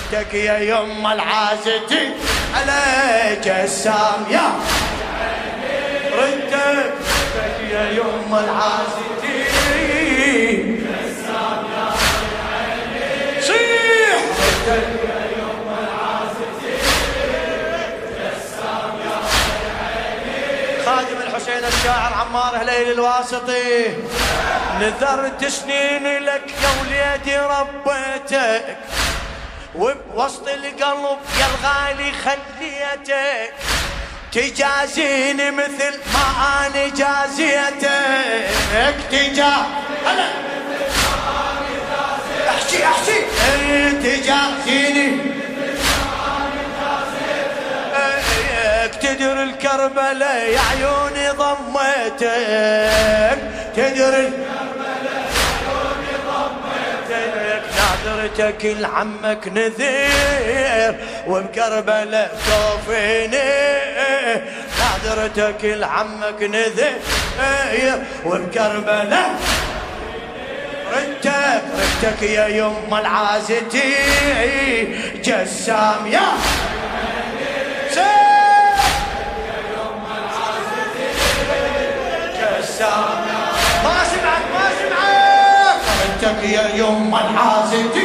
ردك يا يما العازتي على جسام يا ردك يا يما العازتي جسام يا صيح ردك يا يما العازتي جسام يا خادم الحسين الشاعر عمار هليل الواسطي نذرت سنين لك يا وليدي ربيتك وبوسط القلب يا الغالي خليتك تجازيني مثل ما انا جازيتك احشي احشي تجازيني تدر الكربلاء يا عيوني ضميتك تدر الكربلاء يا عيوني ضميتك ناظرتك لعمك نذير وبكربلاء توفيني ناظرتك لعمك نذير وبكربلاء ردك يا يما العازتي جسام يا ما سمعك ردك يا يما العازتي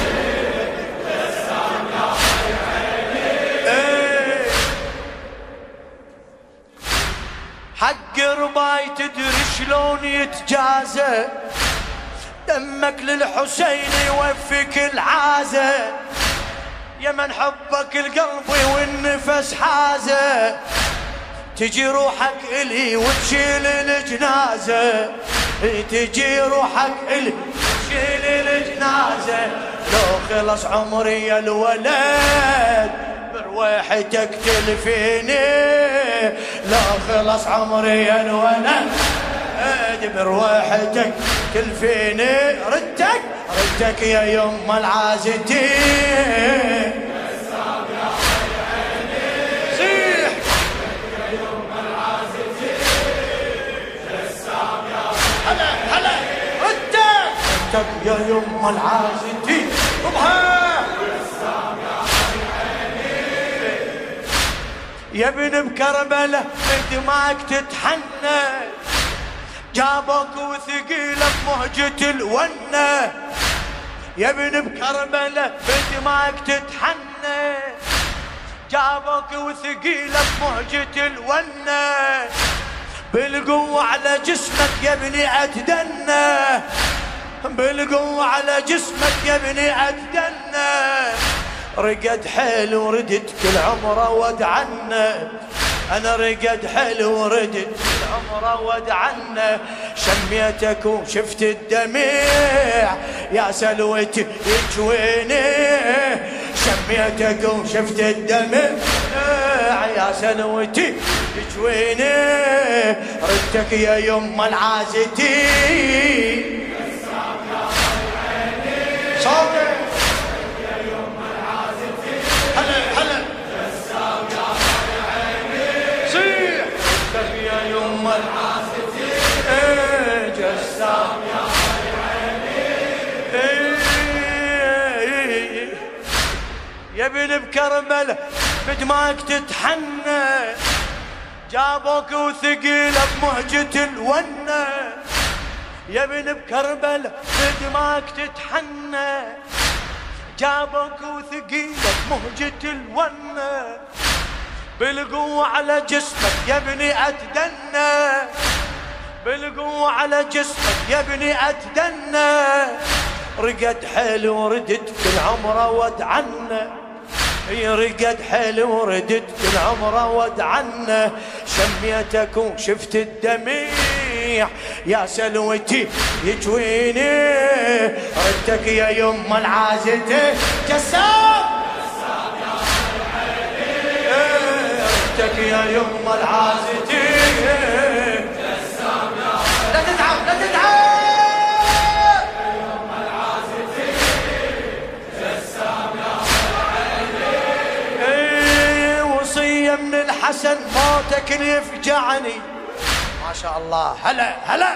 حق رباي تدري شلون يتجازى دمك للحسين يوفيك العازة يا من حبك القلب والنفس حازة تجي روحك إلي وتشيل الجنازة تجي روحك إلي وتشيل الجنازة لو خلص عمري يا الولد برويحتك تلفيني لو خلص عمري يا الولد برويحتك تلفيني ردك يا يما العازتي يا يما العازتي ربها يا ابن بكربلاء بدماك تتحنى جابوك وثقيلك مهجة الونة يا ابن بكربلاء بدماك تتحنى جابوك وثقيلك مهجة الونة بالقوة على جسمك يا ابني اتدنى بالقوة على جسمك يا ابني أتدنى رقد حلو وردت كل عمره ودعنا أنا رقد حلو وردت كل عمره ودعنا شميتك وشفت الدميع يا سلوتي يجويني شميتك وشفت الدميع يا سلوتي يجويني ردك يا يما العازتي صوتك يا يما العازتي هلا جسام يا عيني صيح ردك يا يما العازتي جسام يا عيني يا ابن بكربلاء بدماك تتحنى جابوك وثقيلك مهجة الونة يا ابن بكربلاء بدماك تتحنى جابوك وثقيلك مهجة الونة بالقوة على جسمك يا ابني أتدنى بالقوة على جسمك يا ابني أتدنى رقد حلو وردت كل عمره ودعنا رقد حلو وردت كل عمره ودعنا شميتك وشفت الدميع يا سلوتي يجويني ردك يا يما العازتي جسام يا ردك يا يما العازتي جسام لا تتعب لا تتعب يما العازتي جسام يا وصية من الحسن موتك اللي يفجعني ما شاء الله هلا هلا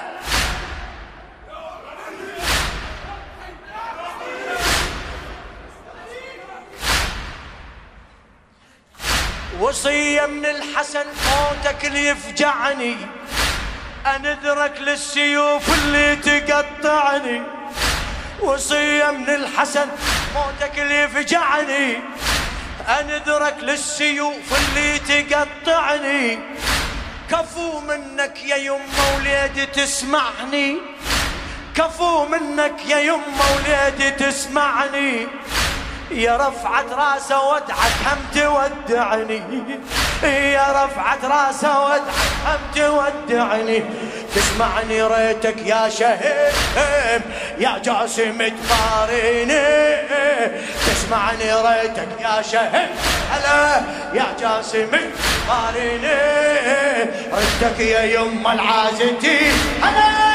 وصية من الحسن موتك اللي يفجعني، أنذرك للسيوف اللي تقطعني. وصية من الحسن موتك اللي يفجعني، أنذرك للسيوف اللي تقطعني. كفو منك يا يمه وليدي تسمعني، كفو منك يا يمه وليدي تسمعني. يا رفعة راسه ودعك هم تودعني، يا رفعة راسه ودعك هم تودعني. تسمعني ريتك يا شهيم يا جاسم تباريني، تسمعني ريتك يا شهيم هلا يا جاسم تباريني. ردك يا يم العازتي هلا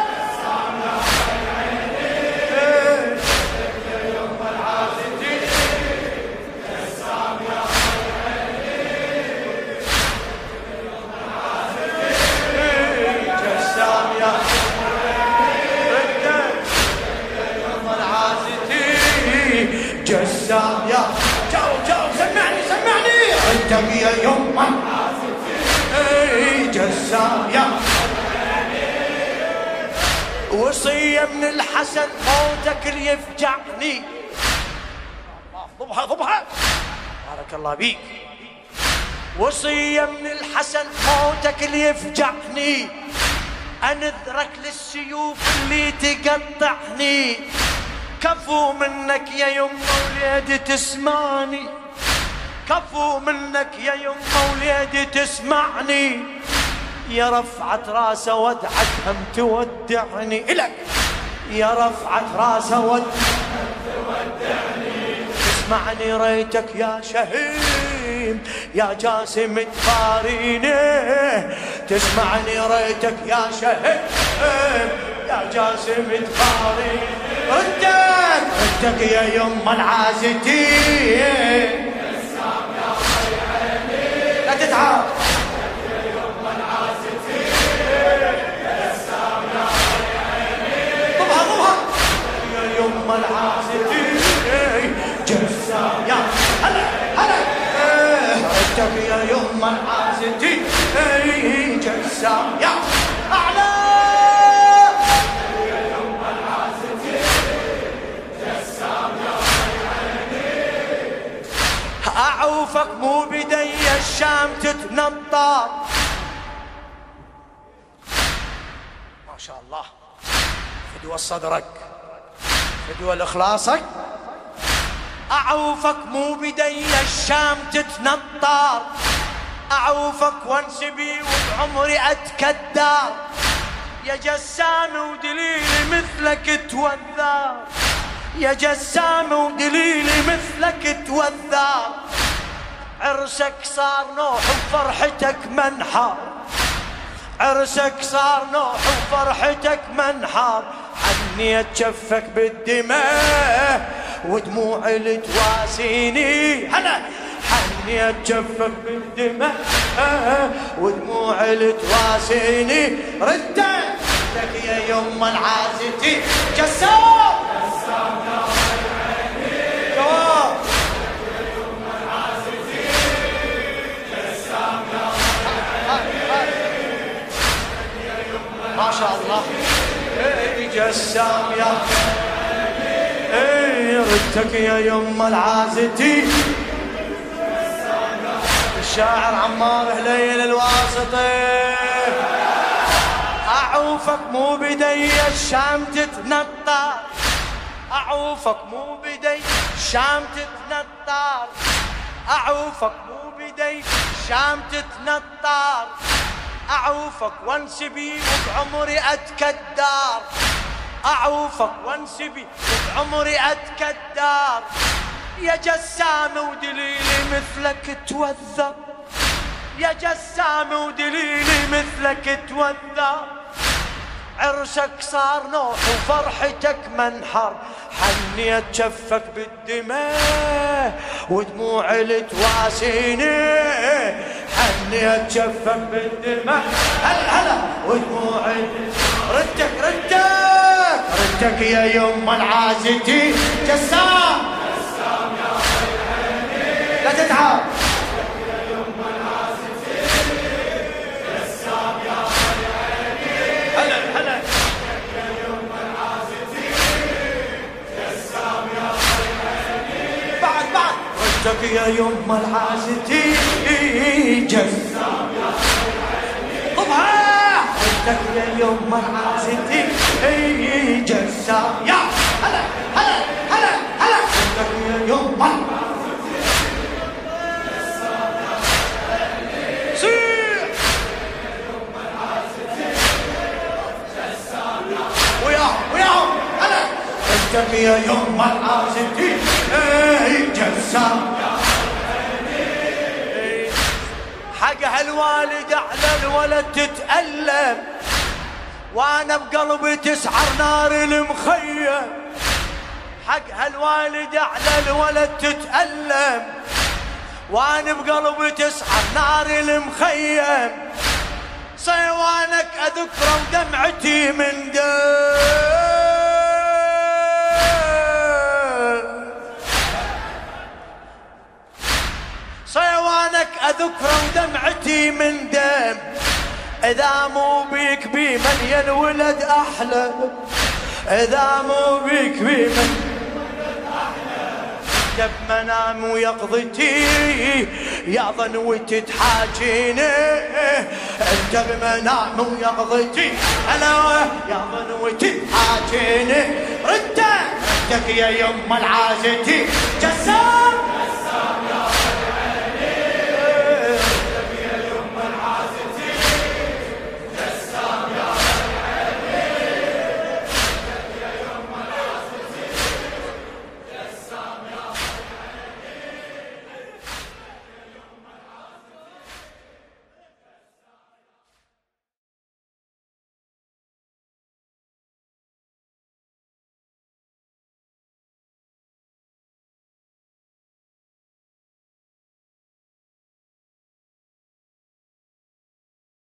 جسام يا جو سمعني ردك يا يما جسام يا. وصية من الحسن موتك اللي يفجعني. ضبها بارك الله بيك. وصية من الحسن موتك اللي يفجعني، أنذرك للسيوف اللي تقطعني. كفو منك يا يمه وليدي تسمعني، كفو منك يا يمه وليدي تسمعني. يا رفعة راسه ودعك هم تودعني إلك، يا رفعة راسه ودعك تودعني. تسمعني ريتك يا شهيم يا جاسم تباريني، تسمعني ريتك يا شهيم يا جاسم تباريني. ردك يا يم العازتين لا تتعب. ضبها يا يم العازتين جسام يا هلا ردك يا يم العازتين جسام يا أعلى. أعوفك مو بدي الشام تتنطر. ما شاء الله فدوى صدرك فدوى لإخلاصك. أعوفك مو بدي الشام تتنطر، أعوفك وانسبي وبعمري أتكدر. يا جسام ودليلي مثلك توذر، يا جسام ودليلي مثلك توذر. عرسك صار نوح وفرحتك منحر، عرسك صار نوح وفرحتك منحر. حنيت جفك بالدماء ودموع اللي تواسيني هلا، حنيت جفك بالدماء ودموع اللي تواسيني. ردك يا يم العازتي جسام يا عيني جواب يا يم العازتي جسام يا عيني ما شاء الله جسام يا ردك يا يم العازتي. الشاعر عمار هليل الواسطي. أعوفك مو بدي الشام تتنطر، أعوفك مو بدي الشام تتنطر، أعوفك مو بدي الشام تتنطر. أعوفك وانسبي وبعمري أتكدر، أعوفك وانسبي وبعمري أتكدر. يا جسام ودليلي مثلك توذر، يا جسام ودليلي مثلك توذر. عرسك صار نوح وفرحتك منحر. حنيت جفك بالدماء ودموع اللي تواسيني، حنيت جفك بالدماء هلا ودموع ردك يا يم العازتي جسام يا عيني لا تتعب. عشتك يا يما العازتي جسام يا طبعا عشتك يا يما العازتي جسام يا هلا هلا هلا هلا عشتك يا يما عشتك يا يما العازتي جسام حق هالوالد على الولد تتألم وانا بقلبي تسعر نار المخيم حق هالوالد على الولد تتألم وانا بقلبي تسعر نار المخيم صيوانك اذكره ودمعتي من دم صيوانك اذكره ودمعتي من دم اذا مو بيك بمن يا الولد احلى اذا مو بيك بمن دب منام ويقظتي يا ظنوتي تحاجيني انت بمنام ويقظتي انا يا ظنوتي تحاجيني ردك يا يما العازتي جسام